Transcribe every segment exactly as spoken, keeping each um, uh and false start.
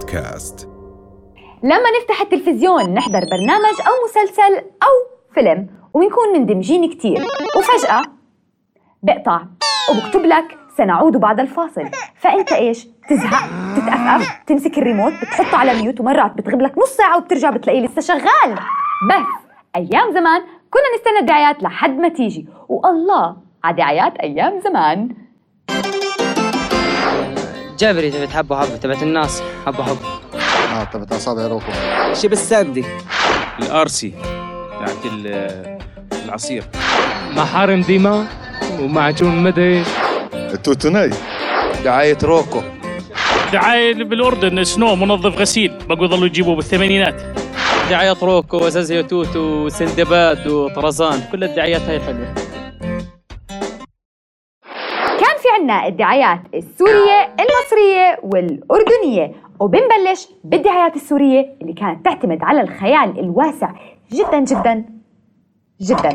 بودكاست. لما نفتح التلفزيون نحضر برنامج أو مسلسل أو فيلم وبنكون مندمجين كتير، وفجأة بقطع وبكتب لك سنعود بعد الفاصل. فأنت إيش؟ تزهق، تتأفأف، تمسك الريموت بتحطه على ميوت، ومرات بتغيب لك نص ساعة وبترجع بتلاقيه لسه شغال. بس أيام زمان كنا نستنى الدعايات لحد ما تيجي، والله على دعايات أيام زمان. جابري تبت حبه حبه، تبت الناس حبه حبه، اه تبت أصابع روكو، شي بالساندي، الارسي تاعت العصير، محارم ديما ومعجون مدهش، التوتوني، دعاية روكو، دعاية بالأردن سنو منظف غسيل بقوا يضلوا يجيبوا بالثمانينات، دعاية روكو وزازي وتوتو وسندباد وطرزان، كل الدعايات هاي حلوة. كان في عنا الدعايات السورية، المصرية والأردنية، وبنبلش بالدعايات السورية اللي كانت تعتمد على الخيال الواسع جدا جدا جدا.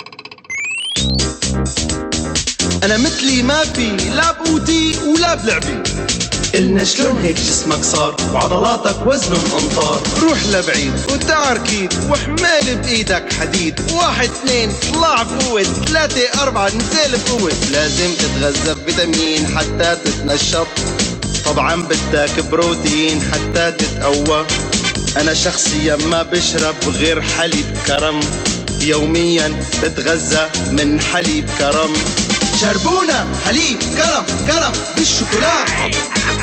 أنا مثلي ما في لا بودي ولا بلعبي، إلنا شلون هيك جسمك صار وعضلاتك وزنهم أمطار. روح لبعيد وتعركيد وحمال بإيدك حديد، واحد اثنين طلع بقوة، ثلاثة أربعة نزل بقوة. لازم تتغذى بفيتامين حتى تتنشط، طبعا بدك بروتين حتى تتقوى. أنا شخصيا ما بشرب غير حليب كرم، يوميا بتغذى من حليب كرم. شربونا حليب كرم كرم بالشوكولاتة.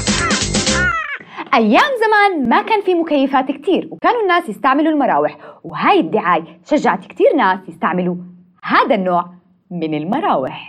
أيام زمان ما كان في مكيفات كتير، وكانوا الناس يستعملوا المراوح، وهاي الدعاية شجعت كتير ناس يستعملوا هذا النوع من المراوح.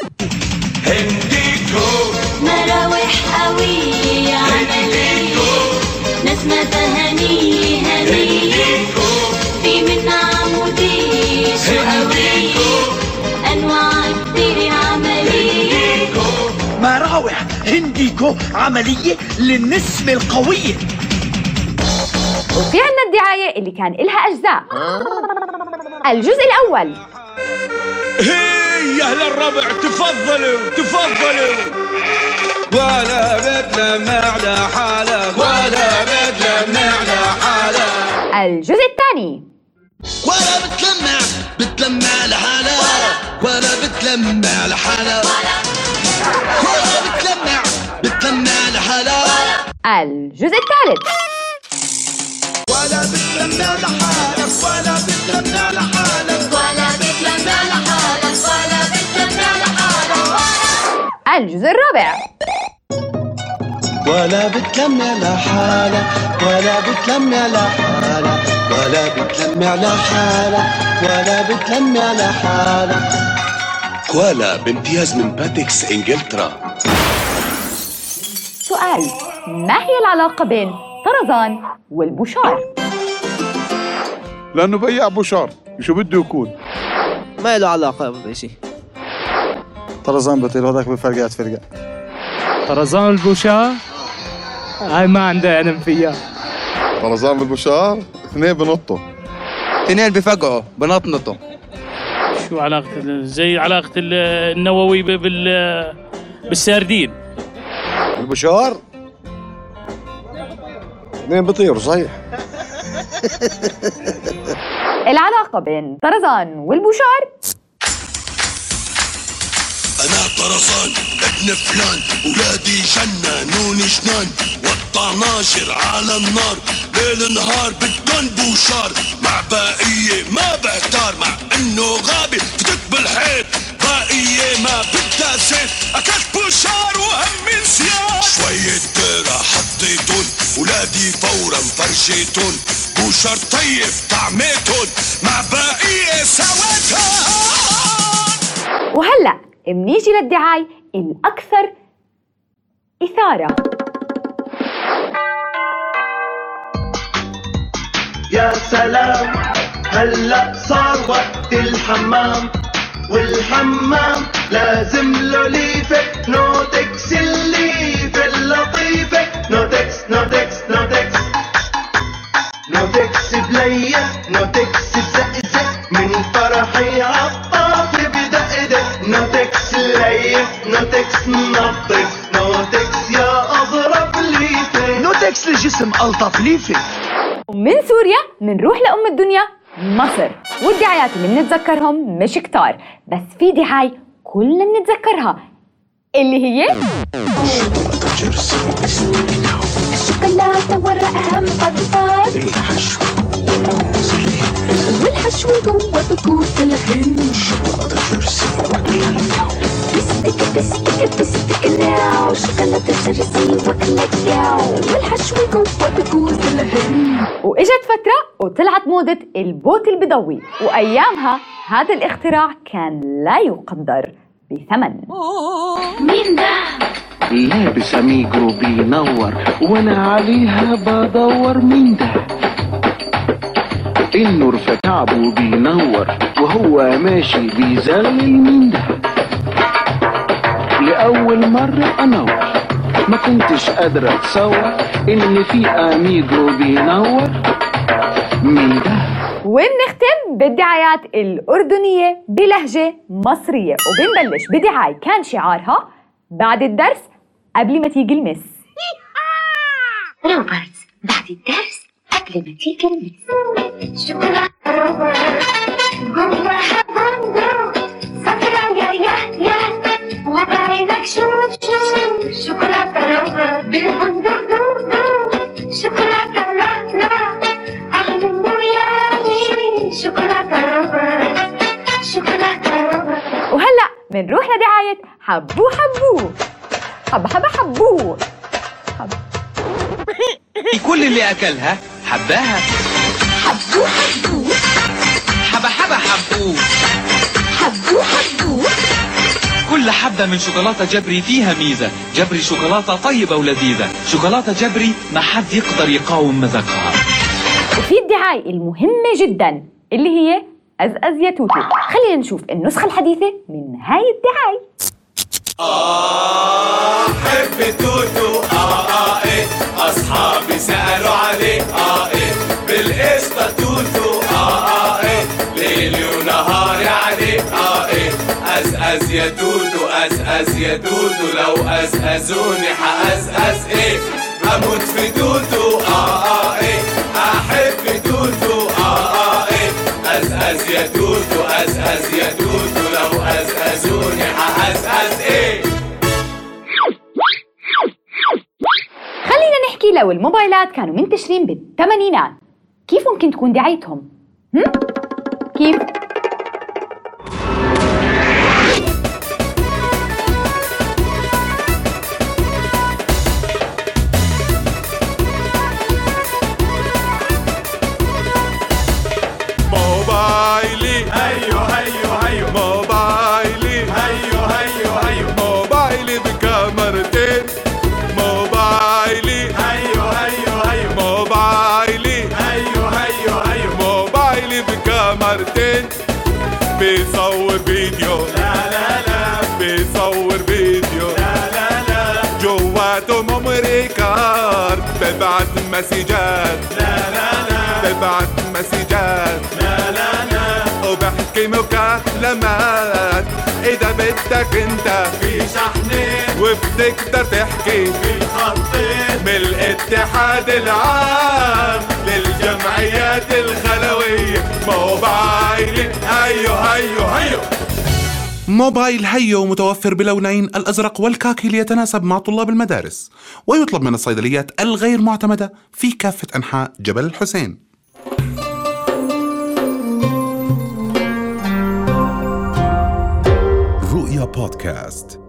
هنديكو مراوح قوية عملية، نسمتها هنية هنية، في منها عمودية وقوية، أنواع كتير عملية. مراوح هنديكو عملية للنسمة القوية. وفي عنا الدعاية اللي كان إلها أجزاء. الجزء الأول، هي يا أهل الربع تفضلوا تفضلوا، ولا بدنا على حالة، ولا بدنا على حالة. الجزء الثاني، ولا بتلمع بتلمع لحالة، ولا بتلمع لحالة، ولا بتلمع بتلمع لحالة. الجزء الثالث، ولا بتلمع لحالة، ولا بتلمع لحالة، ولا بتلمع لحالة، ولا بتلمع لحالة. الجزء الرابع، ولا بتلمع لحالة، ولا بتلمع لحالة، ولا بتلمع لحالة، ولا بتلمع لحالة. كوالا بامتياز من باتكس انجلترا. سؤال، ما هي العلاقة بين طرزان والبوشار؟ لأنه بياع بوشار، شو بده يكون؟ ما له علاقة بشيء. طرزان بطير هذاك بفرقات فرقة. طرزان والبوشار هاي ما عنده علم فيها. طرزان بالبوشار اثنين بنطوا، اثنين بفقعوا بنطنطوا. شو علاقة زي علاقة النووي بال بالساردين؟ البوشار اثنين بطيروا صحيح. العلاقة بين طرزان والبوشار، أنا طرزان ابن فلان، ولادي جننون جنان، والطناشر على النار ليل نهار بدون بوشار. مع باقية ما بحتار، مع إنه غابي فتك بالحيط، باقية ما بدها زيت، أكلت بوشار وهم نسيان. شوية ديرة حطيتون، ولادي فورا فرشيتون، بوشار طيب طعميتون، مع باقية سويتها. وهلأ منيجي للدعاية الأكثر إثارة. يا سلام هلأ صار وقت الحمام، والحمام لازم له ليفة، نوتكس الليفة اللطيفة، نوتكس نوتكس نوتكس نوتكس بلية، نوتكس بزقزق، من فرحي عالطافي بدقدق. نوتكس لية، نوتكس نظف، نوتكس يا أظرف ليفة، نوتكس عكس الجسم ألطف ليفة. ومن سوريا منروح لأم الدنيا مصر، والدعايات اللي بنتذكرهم مش كتار، بس في دعاية كلنا بنتذكرها اللي هي الشوكولاتة ورا أهم قطفات والحشو جوه بكوس الهند بستك بستك بستك ناو شوكولاتة جرسي وكلاكاو والحشو جوه بكوس الهند. وإجت فترة وطلعت موضة البوت البيضاوي، وأيامها هذا الاختراع كان لا يقدر بثمن. مين ده؟ لابس أميجرو بينور وانا عليها بدور مين ده؟ النور في كعبه بينور وهو ماشي بيزغلل مين ده؟ لأول مرة أنور ما كنتش قادرة أتصور إن في أميجرو بينور مين ده؟ وبنختم بالدعايات الأردنية بلهجة مصرية، وبنبلش بدعاية كان شعارها بعد الدرس قبل ما تيجي المس. روبرت بعد الدرس قبل ما تيجي المس. شوكولاتة روبرت جوه حبندو صفرا يا يا يا وبعينك شوف شوف شوكولاتة روبرت بالبندق دو دو شوكولاتة لا لا أغلى وياني شوكولاتة روبرت شوكولاتة روبرت. وهلأ منروح لدعاية حبو حبو حب حب حبو حب. كل اللي أكلها حباها حبو حبو حبا حبا حبوه حبو حبو. كل حبة من شوكولاتة جبري فيها ميزة. جبري شوكولاتة طيبة ولذيذة. شوكولاتة جبري ما حد يقدر يقاوم مذاقها. وفي الدعاية المهمة جدا اللي هي أزأز يا توتو. خلينا نشوف النسخة الحديثة من هاي الدعاية. آه حب توتو آه آه إيه أصحابي سألوا عليه آه إيه بالقشطة توتو آه آه إيه ليلي ونهاري عليه آه إيه أزأز يا توتو أزأز يا توتو لو أزأزوني حأزأز إيه أموت في توتو آه آه إيه أحب توتو آه آه إيه أزأز يا توتو أزأز يا توتو لو أزأزوني حأزأز إيه. خلينا نحكي لو الموبايلات كانوا منتشرين بالثمانينات كيف ممكن تكون دعايتهم؟ هم؟ كيف؟ موبايلي هيو هيو هيو موبايلي هيو هيو هيو موبايلي بكاميرتين موبايلي هيو هيو هيو موبايلي هيو هيو هيو موبايلي بكاميرتين بيصور فيديو لا لا لا بيصور فيديو لا لا لا جواته ميموري كارد ببعت مسجات لا لا لا ببعت مسجات لا لا لا وبحكي مكالمات إذا بدك انت في شحنين وبتقدر تحكي في خطين من الاتحاد العام للجمعيات الخلوية موبايل هيو هيو هيو. موبايل هيو متوفر بلونين الأزرق والكاكي ليتناسب مع طلاب المدارس، ويطلب من الصيدليات الغير معتمدة في كافة أنحاء جبل الحسين. رؤيا بودكاست.